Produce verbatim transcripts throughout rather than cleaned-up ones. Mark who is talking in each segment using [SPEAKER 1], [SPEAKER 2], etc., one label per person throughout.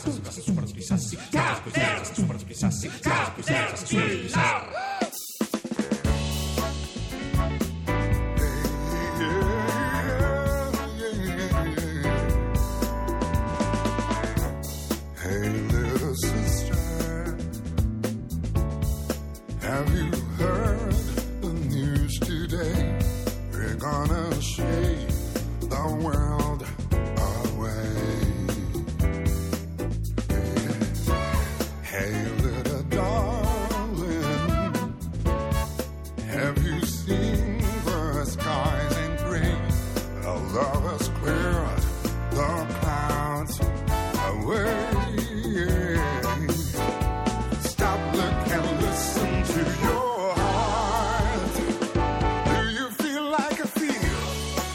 [SPEAKER 1] Hey little sister, have you heard the news today? We're gonna shake the world away. Hey little darling, have you seen the skies in green? The lovers cleared the clouds away. Stop, look, and listen to your heart. Do you feel like I feel?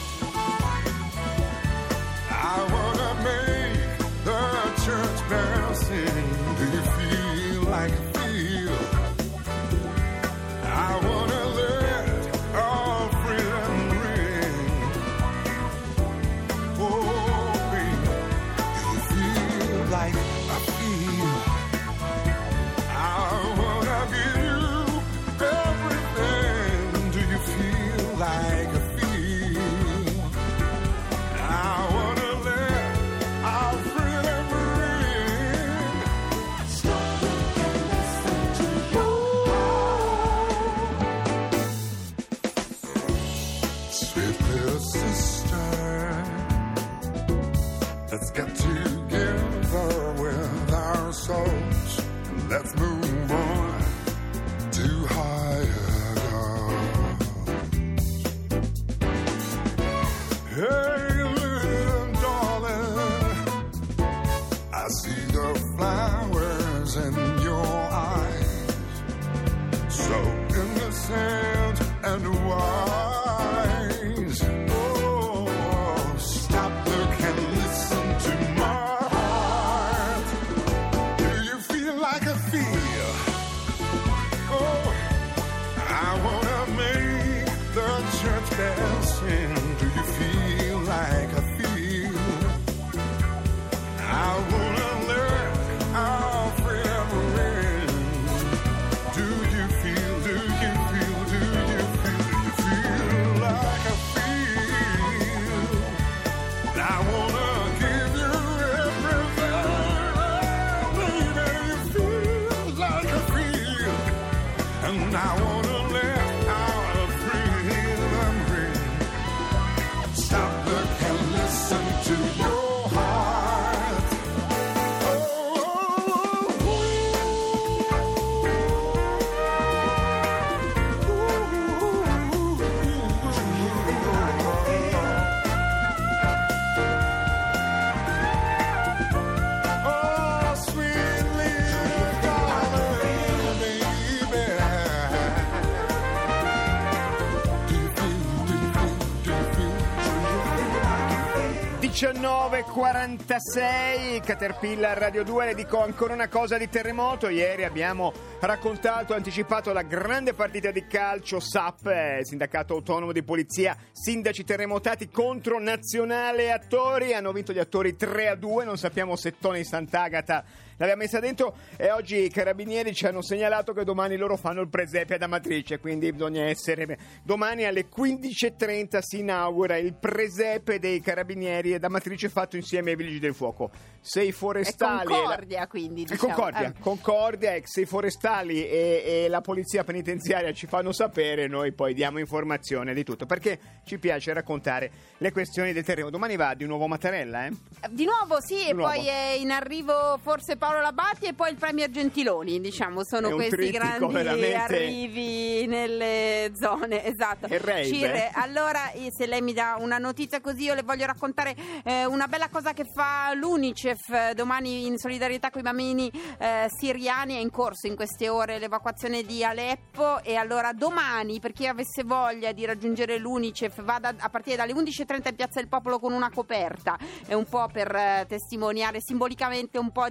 [SPEAKER 1] I wanna make the church bells sing. Do you feel like I feel? I wanna let all freedom ring. Oh, baby, do you feel like I feel? I wanna give you everything. Do you feel like I feel? I wanna let our freedom ring. Stop and listen to you. Sweet little sister, let's get together with our souls and let's move on to higher ground. Hey little darling, I see the flowers in your eyes, so innocent and wise. Oh, stop, look, and listen to my heart. Do you feel like I feel? Oh, I wanna make the church bells sing. Do you feel like I feel? I wanna let our freedom ring. Do you feel, do you feel, do you feel, do you feel like I feel? I wanna give you everything, baby, you feel like I feel. And I wanna let our freedom ring. Stop, look, and listen to your heart. Oh, oh, sweet little darling, baby. Do you feel, do you feel, do you feel,
[SPEAKER 2] diciannove e quarantasei, Caterpillar Radio due. Le dico ancora una cosa di terremoto. Ieri abbiamo raccontato, anticipato la grande partita di calcio S A P, eh, Sindacato Autonomo di Polizia, sindaci terremotati contro Nazionale Attori. Hanno vinto gli attori tre a due, non sappiamo se Tony Sant'Agata l'aveva messa dentro, e oggi i carabinieri ci hanno segnalato che domani loro fanno il presepe ad Amatrice, quindi bisogna essere... Domani alle quindici e trenta si inaugura il presepe dei carabinieri ad Amatrice, fatto insieme ai Vigili del Fuoco. Se i forestali...
[SPEAKER 3] È Concordia, quindi, diciamo.
[SPEAKER 2] Concordia,
[SPEAKER 3] Eh.
[SPEAKER 2] Concordia, e se i forestali e, e la polizia penitenziaria ci fanno sapere, noi poi diamo informazione di tutto, perché ci piace raccontare le questioni del terreno. Domani va di nuovo Mattarella, eh?
[SPEAKER 3] Di nuovo sì,
[SPEAKER 2] Di
[SPEAKER 3] e
[SPEAKER 2] nuovo.
[SPEAKER 3] poi è in arrivo forse Paolo Labatti e poi il Premier Gentiloni, diciamo,
[SPEAKER 2] È
[SPEAKER 3] sono
[SPEAKER 2] un
[SPEAKER 3] questi
[SPEAKER 2] trittico
[SPEAKER 3] grandi
[SPEAKER 2] veramente-
[SPEAKER 3] arrivi nelle zone, esatto.
[SPEAKER 2] E rave.
[SPEAKER 3] Cire, allora, eh, se lei mi dà una notizia così, io le voglio raccontare eh, una bella cosa che fa l'Unicef. Eh, domani, in solidarietà con i bambini eh, siriani, è in corso in queste ore l'evacuazione di Aleppo, e allora domani, per chi avesse voglia di raggiungere l'Unicef, vada a partire dalle undici e trenta in Piazza del Popolo con una coperta, è un po' per eh, testimoniare simbolicamente un po' di calore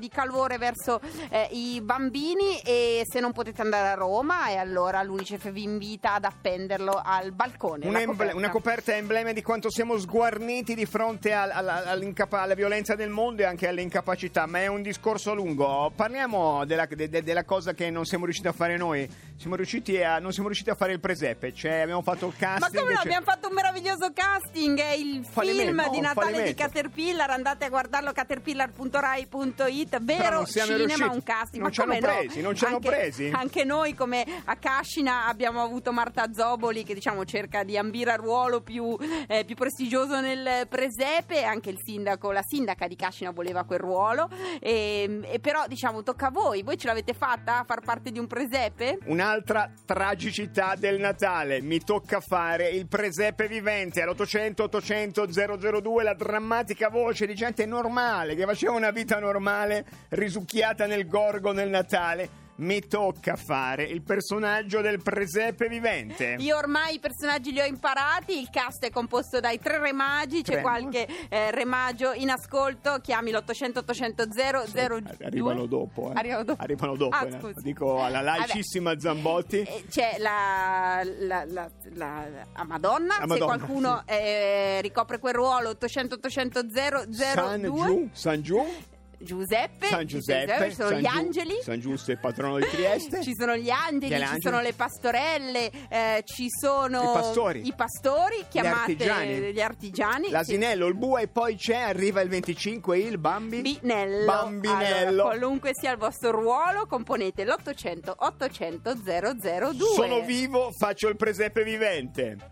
[SPEAKER 3] favore verso eh, i bambini, e se non potete andare a Roma, e allora l'Unicef vi invita ad appenderlo al balcone.
[SPEAKER 2] Una,
[SPEAKER 3] la
[SPEAKER 2] emble-
[SPEAKER 3] coperta.
[SPEAKER 2] una coperta emblema di quanto siamo sguarniti di fronte al, al, all'incapa- alla violenza del mondo e anche alle incapacità, ma è un discorso lungo. Parliamo della, de, de, della cosa che non siamo riusciti a fare noi. Siamo riusciti a, non siamo riusiti a fare il presepe, cioè abbiamo fatto il casting.
[SPEAKER 3] Ma come no,
[SPEAKER 2] cioè...
[SPEAKER 3] abbiamo fatto un meraviglioso casting, è il
[SPEAKER 2] Fallimento,
[SPEAKER 3] film
[SPEAKER 2] no,
[SPEAKER 3] di Natale
[SPEAKER 2] fallimento.
[SPEAKER 3] di Caterpillar, andate a guardarlo, caterpillar punto rai punto it,
[SPEAKER 2] Però
[SPEAKER 3] vero
[SPEAKER 2] non siamo
[SPEAKER 3] cinema,
[SPEAKER 2] riusciti.
[SPEAKER 3] un casting.
[SPEAKER 2] Non
[SPEAKER 3] Ma
[SPEAKER 2] ci hanno
[SPEAKER 3] come no?
[SPEAKER 2] presi, non ci hanno
[SPEAKER 3] Anche-
[SPEAKER 2] presi.
[SPEAKER 3] Anche noi come a Cascina abbiamo avuto Marta Zoboli, che diciamo cerca di ambire al ruolo più, eh, più prestigioso nel presepe, anche il sindaco, la sindaca di Cascina voleva quel ruolo, e, e però diciamo tocca a voi, voi ce l'avete fatta a far parte di un presepe?
[SPEAKER 2] Un'altra tragicità del Natale, mi tocca fare il presepe vivente all'ottocento ottocento zero zero due, la drammatica voce di gente normale che faceva una vita normale risucchiata nel gorgo nel Natale. Mi tocca fare il personaggio del presepe vivente.
[SPEAKER 3] Io ormai i personaggi li ho imparati, il cast è composto dai tre re magi, c'è
[SPEAKER 2] Tre.
[SPEAKER 3] qualche eh, re magio in ascolto, chiami l'ottocento ottocento zero zero due.
[SPEAKER 2] Arrivano dopo, eh.
[SPEAKER 3] Arrivano dopo.
[SPEAKER 2] Arrivano dopo,
[SPEAKER 3] Ah,
[SPEAKER 2] eh.
[SPEAKER 3] scusi.
[SPEAKER 2] Dico alla laicissima
[SPEAKER 3] Vabbè.
[SPEAKER 2] Zambotti.
[SPEAKER 3] Eh, C'è la, la, la, la, la Madonna,
[SPEAKER 2] La
[SPEAKER 3] se
[SPEAKER 2] Madonna,
[SPEAKER 3] qualcuno eh, ricopre quel ruolo, ottocento ottocento zero zero
[SPEAKER 2] San
[SPEAKER 3] due.
[SPEAKER 2] Giù, San Giù,
[SPEAKER 3] Giuseppe,
[SPEAKER 2] San Giuseppe,
[SPEAKER 3] ci sono
[SPEAKER 2] San
[SPEAKER 3] gli
[SPEAKER 2] Giu-
[SPEAKER 3] angeli.
[SPEAKER 2] San Giusto è il patrono di Trieste.
[SPEAKER 3] Ci sono gli angeli,
[SPEAKER 2] Gli
[SPEAKER 3] ci
[SPEAKER 2] angeli.
[SPEAKER 3] sono le pastorelle, eh, ci sono
[SPEAKER 2] I pastori.
[SPEAKER 3] i pastori, chiamate
[SPEAKER 2] artigiani.
[SPEAKER 3] gli artigiani.
[SPEAKER 2] L'asinello, il bue, e poi c'è, arriva il venticinque, il Bambi.
[SPEAKER 3] Binello.
[SPEAKER 2] Bambinello.
[SPEAKER 3] Allora, qualunque sia il vostro ruolo, componete l'ottocento ottocento zero zero due.
[SPEAKER 2] Sono vivo, faccio il presepe vivente.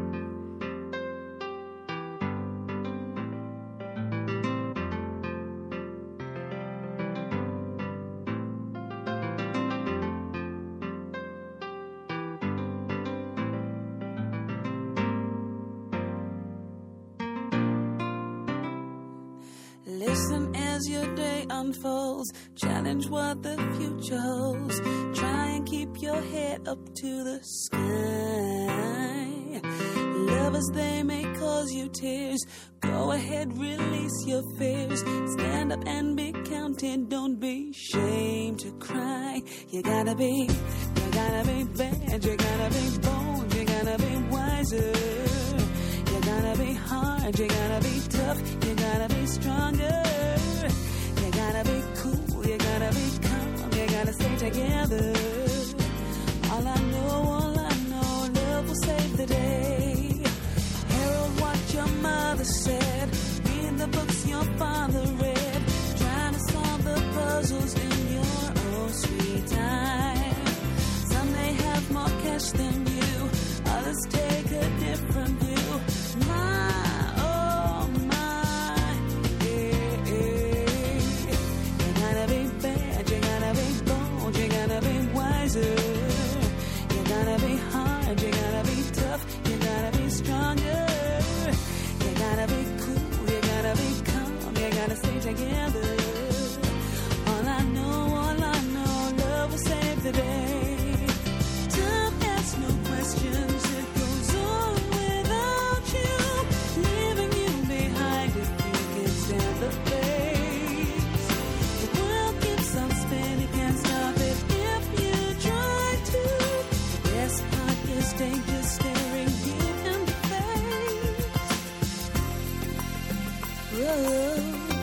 [SPEAKER 4] Listen as your day unfolds, challenge what the future holds. Try and keep your head up to the sky. Lovers, they may cause you tears. Go ahead, release your fears. Stand up and be counted, don't be ashamed to cry. You gotta be, you gotta be bad, you gotta be bold, you gotta be wiser. You gotta be hard, you gotta be tough, you gotta be stronger. You gotta be cool, you gotta be calm, you gotta stay together. All I know, all I know, love will save the day. Herald what your mother said, read the books your father read, trying to solve the puzzles in your own sweet time. Some may have more cash than you, others take a different view. My, oh my, eh, eh. You gotta be bad, you gotta be bold, you gotta be wiser. You gotta be hard, you gotta be tough, you gotta be stronger. You gotta be cool, you gotta be calm, you gotta stay together. All I know, all I know, love will save the day. Time asks no questions, it goes on without you, leaving you behind if you can stand the pace. The world keeps on spinning, can't stop it if you try to. The best part is danger staring you in the face. Whoa.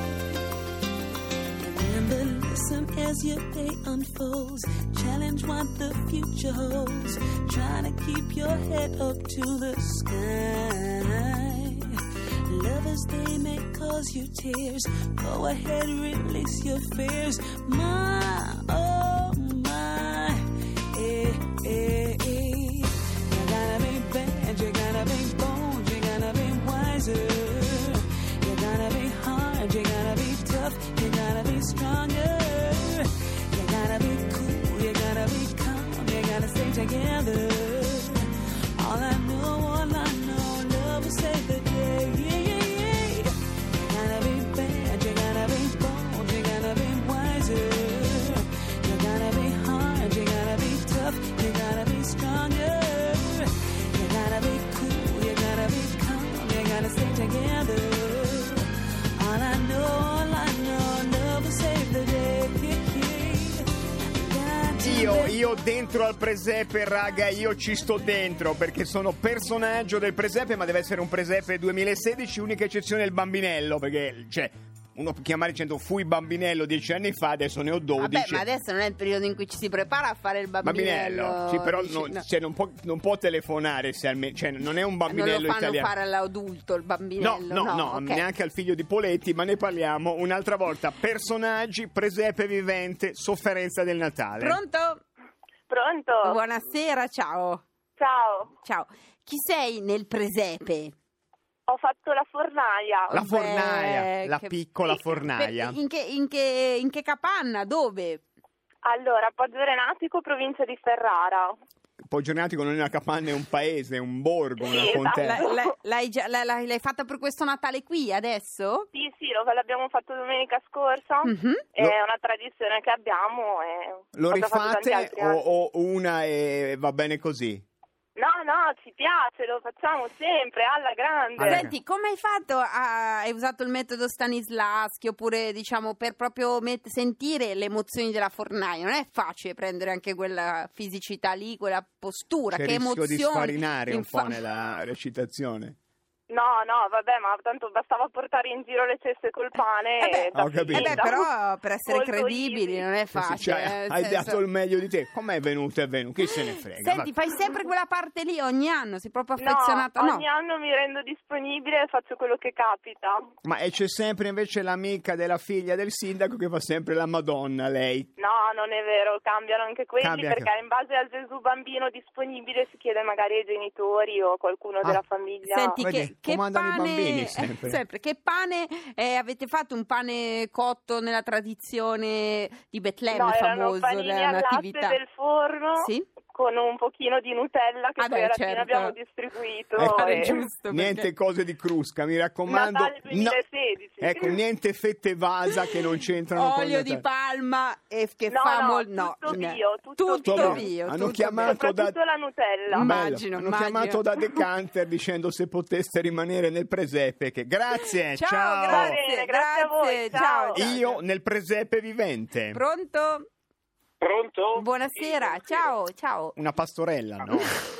[SPEAKER 4] Remember, listen as your day unfolds. Challenge what the future holds. Try to keep your head up to the sky. Lovers, they may cause you tears. Go ahead, release your fears. My, oh my, eh, eh, eh. You gotta be bad, you gotta be bold, you gotta be wiser. You gotta be hard, you gotta be tough, you gotta be stronger. You gotta be cool, you gotta be calm, you gotta stay together. All I know, all I know, love will save the day. Yeah, yeah, yeah. You gotta be bad, you gotta be bold, you gotta be wiser. You gotta be hard, you gotta be tough, you gotta be stronger. You gotta be cool, you gotta be calm, you gotta stay together. All I know, all I know, love will save the day.
[SPEAKER 2] io, io dentro al presepe, raga, io ci sto dentro perché sono personaggio del presepe, ma deve essere un presepe duemilasedici, unica eccezione il bambinello, perché cioè uno può chiamare dicendo fui bambinello dieci anni fa, adesso ne ho dodici.
[SPEAKER 3] Vabbè, ma adesso non è il periodo in cui ci si prepara a fare il bambinello.
[SPEAKER 2] Bambinello, sì, però
[SPEAKER 3] dici,
[SPEAKER 2] non,
[SPEAKER 3] no.
[SPEAKER 2] cioè, non, può, non può telefonare se almeno, cioè non è un bambinello
[SPEAKER 3] non lo fanno
[SPEAKER 2] italiano.
[SPEAKER 3] fare all'adulto il bambinello.
[SPEAKER 2] No, no, no,
[SPEAKER 3] ok.
[SPEAKER 2] neanche al figlio di Poletti, ma ne parliamo un'altra volta. Personaggi, presepe vivente, sofferenza del Natale.
[SPEAKER 3] Pronto?
[SPEAKER 5] Pronto?
[SPEAKER 3] Buonasera, ciao.
[SPEAKER 5] Ciao,
[SPEAKER 3] Ciao. Chi sei nel presepe?
[SPEAKER 5] ho fatto la fornaia.
[SPEAKER 2] La fornaia,
[SPEAKER 3] Beh,
[SPEAKER 2] la
[SPEAKER 3] che-
[SPEAKER 2] piccola
[SPEAKER 3] Per-
[SPEAKER 2] fornaia.
[SPEAKER 3] In che, in, che, in che capanna? Dove?
[SPEAKER 5] Allora, Poggio Renatico, provincia di Ferrara.
[SPEAKER 2] Poggio Renatico non è una capanna, è un paese, un borgo, una
[SPEAKER 5] Sì,
[SPEAKER 2] contea.
[SPEAKER 5] esatto.
[SPEAKER 3] La- la- l'hai, già- la- la- l'hai fatta per questo Natale qui adesso?
[SPEAKER 5] Sì, sì, lo, l'abbiamo fatto domenica scorsa.
[SPEAKER 3] Mhm.
[SPEAKER 5] È
[SPEAKER 2] Lo-
[SPEAKER 5] una tradizione che abbiamo. E
[SPEAKER 2] Lo
[SPEAKER 5] ho già fatto tanti
[SPEAKER 2] rifate
[SPEAKER 5] altri
[SPEAKER 2] o,
[SPEAKER 5] anni.
[SPEAKER 2] o una e va bene così?
[SPEAKER 5] No, no, ci piace, lo facciamo sempre, alla grande.
[SPEAKER 2] Alla-
[SPEAKER 3] Senti, come hai fatto? a- hai usato il metodo Stanislavski oppure diciamo per proprio met- sentire le emozioni della fornaia? Non è facile prendere anche quella fisicità lì, quella postura,
[SPEAKER 2] C'è
[SPEAKER 3] che
[SPEAKER 2] il rischio
[SPEAKER 3] emozioni.
[SPEAKER 2] di sfarinare un
[SPEAKER 3] Infa-
[SPEAKER 2] po' nella recitazione.
[SPEAKER 5] No, no, vabbè, ma tanto bastava portare in giro le ceste col pane.
[SPEAKER 3] Eh beh,
[SPEAKER 5] e da
[SPEAKER 2] ho capito.
[SPEAKER 3] Eh beh,
[SPEAKER 5] finita.
[SPEAKER 3] però per essere
[SPEAKER 5] Molto
[SPEAKER 3] credibili
[SPEAKER 5] easy.
[SPEAKER 3] non è
[SPEAKER 2] Eh sì,
[SPEAKER 3] facile.
[SPEAKER 2] cioè,
[SPEAKER 3] eh,
[SPEAKER 2] hai
[SPEAKER 3] senso-
[SPEAKER 2] dato il meglio di te. Com'è venuto? È venuto. Chi se ne frega?
[SPEAKER 3] Senti,
[SPEAKER 2] Va-
[SPEAKER 3] fai sempre quella parte lì ogni anno, sei proprio
[SPEAKER 5] No,
[SPEAKER 3] affezionata?
[SPEAKER 5] ogni anno mi rendo disponibile e faccio quello che capita.
[SPEAKER 2] Ma e c'è sempre invece l'amica della figlia del sindaco che fa sempre la Madonna, lei.
[SPEAKER 5] No, non è vero, cambiano anche quelli
[SPEAKER 2] Cambia
[SPEAKER 5] perché
[SPEAKER 2] anche-
[SPEAKER 5] in base al Gesù bambino disponibile si chiede magari ai genitori o a qualcuno
[SPEAKER 2] Ah.
[SPEAKER 5] della famiglia.
[SPEAKER 3] Senti,
[SPEAKER 2] Vedi,
[SPEAKER 3] che, che
[SPEAKER 2] comandano i
[SPEAKER 3] pane,
[SPEAKER 2] bambini
[SPEAKER 3] eh,
[SPEAKER 2] sempre.
[SPEAKER 3] che pane eh, avete fatto? Un pane cotto nella tradizione di Betlemme,
[SPEAKER 5] No, erano
[SPEAKER 3] famoso
[SPEAKER 5] panini
[SPEAKER 3] della
[SPEAKER 5] al latte
[SPEAKER 3] natività?
[SPEAKER 5] del forno
[SPEAKER 3] Sì?
[SPEAKER 5] con un pochino di Nutella che
[SPEAKER 3] Ah,
[SPEAKER 5] poi
[SPEAKER 3] beh,
[SPEAKER 5] alla
[SPEAKER 3] certo.
[SPEAKER 5] fine abbiamo distribuito.
[SPEAKER 2] Ecco,
[SPEAKER 5] e-
[SPEAKER 3] giusto.
[SPEAKER 2] Niente
[SPEAKER 3] perché-
[SPEAKER 2] cose di crusca, mi raccomando.
[SPEAKER 5] Natale
[SPEAKER 2] No.
[SPEAKER 5] duemilasedici.
[SPEAKER 2] Ecco, niente fette vasa che non c'entrano con il
[SPEAKER 3] Olio di
[SPEAKER 2] Natale.
[SPEAKER 3] palma e che
[SPEAKER 5] No,
[SPEAKER 3] fa
[SPEAKER 5] no,
[SPEAKER 3] molto no,
[SPEAKER 5] tutto
[SPEAKER 3] no.
[SPEAKER 5] bio, tutto
[SPEAKER 3] Tutto
[SPEAKER 5] bio.
[SPEAKER 3] bio,
[SPEAKER 2] Hanno
[SPEAKER 3] tutto
[SPEAKER 2] chiamato da-
[SPEAKER 5] Soprattutto la Nutella.
[SPEAKER 3] Mm.
[SPEAKER 2] Bello.
[SPEAKER 3] Immagino,
[SPEAKER 2] Hanno
[SPEAKER 3] immagino.
[SPEAKER 2] chiamato da Decanter dicendo se poteste rimanere nel presepe. Che grazie,
[SPEAKER 3] Ciao,
[SPEAKER 2] ciao.
[SPEAKER 3] grazie,
[SPEAKER 5] Bene, grazie a voi,
[SPEAKER 3] ciao.
[SPEAKER 5] ciao.
[SPEAKER 2] Io nel presepe vivente.
[SPEAKER 3] bene. Pronto?
[SPEAKER 6] Pronto?
[SPEAKER 3] Buonasera, ciao, ciao.
[SPEAKER 2] Una pastorella, no?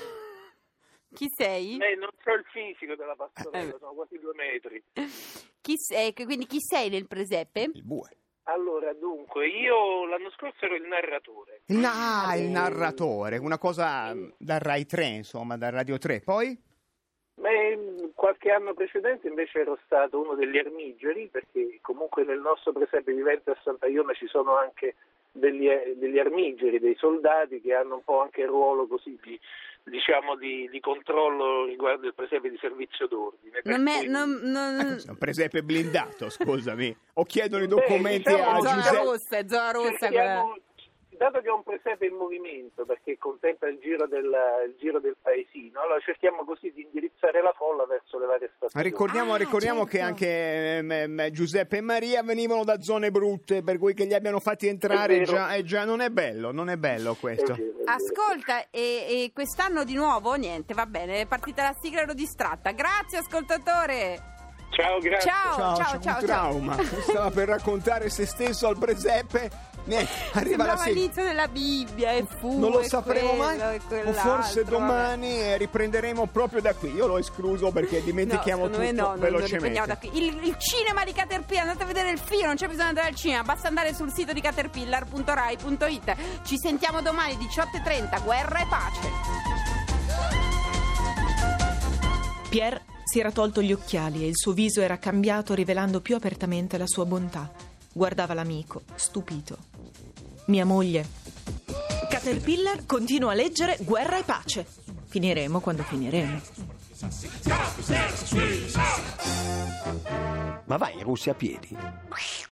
[SPEAKER 3] Chi sei?
[SPEAKER 6] Eh, non so il fisico della
[SPEAKER 3] Eh.
[SPEAKER 6] pastorella, sono quasi due metri.
[SPEAKER 3] Chi sei? Quindi chi sei nel presepe?
[SPEAKER 2] Il bue.
[SPEAKER 6] Allora, dunque, io l'anno scorso ero il narratore.
[SPEAKER 2] Il, na- il narratore, una cosa da Rai tre, insomma, da Radio tre. Poi?
[SPEAKER 6] Beh, qualche anno precedente invece ero stato uno degli armigeri, perché comunque nel nostro presepe vivente a Santa Iona ci sono anche degli, degli armigeri, dei soldati che hanno un po' anche il ruolo così di, diciamo, di, di controllo riguardo il presepe di servizio d'ordine. Per
[SPEAKER 3] Non me-
[SPEAKER 6] cui-
[SPEAKER 3] non- non-
[SPEAKER 2] È un presepe blindato, scusami. O chiedono i
[SPEAKER 6] Beh,
[SPEAKER 2] documenti
[SPEAKER 6] diciamo,
[SPEAKER 2] a
[SPEAKER 3] È zona
[SPEAKER 2] Giuseppe.
[SPEAKER 3] rossa, è zona rossa quella.
[SPEAKER 6] Cerchiamo- dato che è un presepe in movimento, perché contempla il giro del, il giro del paesino, allora cerchiamo così di indirizzare la folla verso le varie stazioni.
[SPEAKER 2] Ricordiamo,
[SPEAKER 3] Ah,
[SPEAKER 2] ricordiamo
[SPEAKER 3] certo.
[SPEAKER 2] che anche ehm, ehm, Giuseppe e Maria venivano da zone brutte, per cui che li abbiano fatti entrare
[SPEAKER 6] È vero.
[SPEAKER 2] già, è già non è bello, non è bello
[SPEAKER 6] È
[SPEAKER 2] questo.
[SPEAKER 6] vero, è vero.
[SPEAKER 3] Ascolta, e, e quest'anno di nuovo? Niente, va bene, è partita la sigla, ero distratta. Grazie ascoltatore.
[SPEAKER 6] Ciao, grazie.
[SPEAKER 3] Ciao,
[SPEAKER 2] Ciao,
[SPEAKER 3] ciao,
[SPEAKER 2] c'è un
[SPEAKER 3] ciao. ciao.
[SPEAKER 2] trauma. Stava per raccontare se stesso al presepe. Niente, arriva la
[SPEAKER 3] Sembrava
[SPEAKER 2] sigla.
[SPEAKER 3] l'inizio della Bibbia e fu
[SPEAKER 2] Non lo
[SPEAKER 3] e
[SPEAKER 2] sapremo
[SPEAKER 3] quello,
[SPEAKER 2] mai,
[SPEAKER 3] e
[SPEAKER 2] o
[SPEAKER 3] quell'altro,
[SPEAKER 2] forse
[SPEAKER 3] vabbè.
[SPEAKER 2] domani eh, riprenderemo proprio da qui. Io l'ho escluso perché dimentichiamo
[SPEAKER 3] no, secondo me
[SPEAKER 2] tutto
[SPEAKER 3] no, non lo
[SPEAKER 2] velocemente.
[SPEAKER 3] riprendiamo da qui. Il, il cinema di Caterpillar, andate a vedere il film, non c'è bisogno di andare al cinema, basta andare sul sito di caterpillar punto rai punto it. Ci sentiamo domani diciotto e trenta, Guerra e Pace.
[SPEAKER 7] Pierre si era tolto gli occhiali e il suo viso era cambiato, rivelando più apertamente la sua bontà. Guardava l'amico, stupito. Mia moglie. Caterpillar continua a leggere Guerra e Pace. Finiremo quando finiremo.
[SPEAKER 8] Ma vai in Russia a piedi?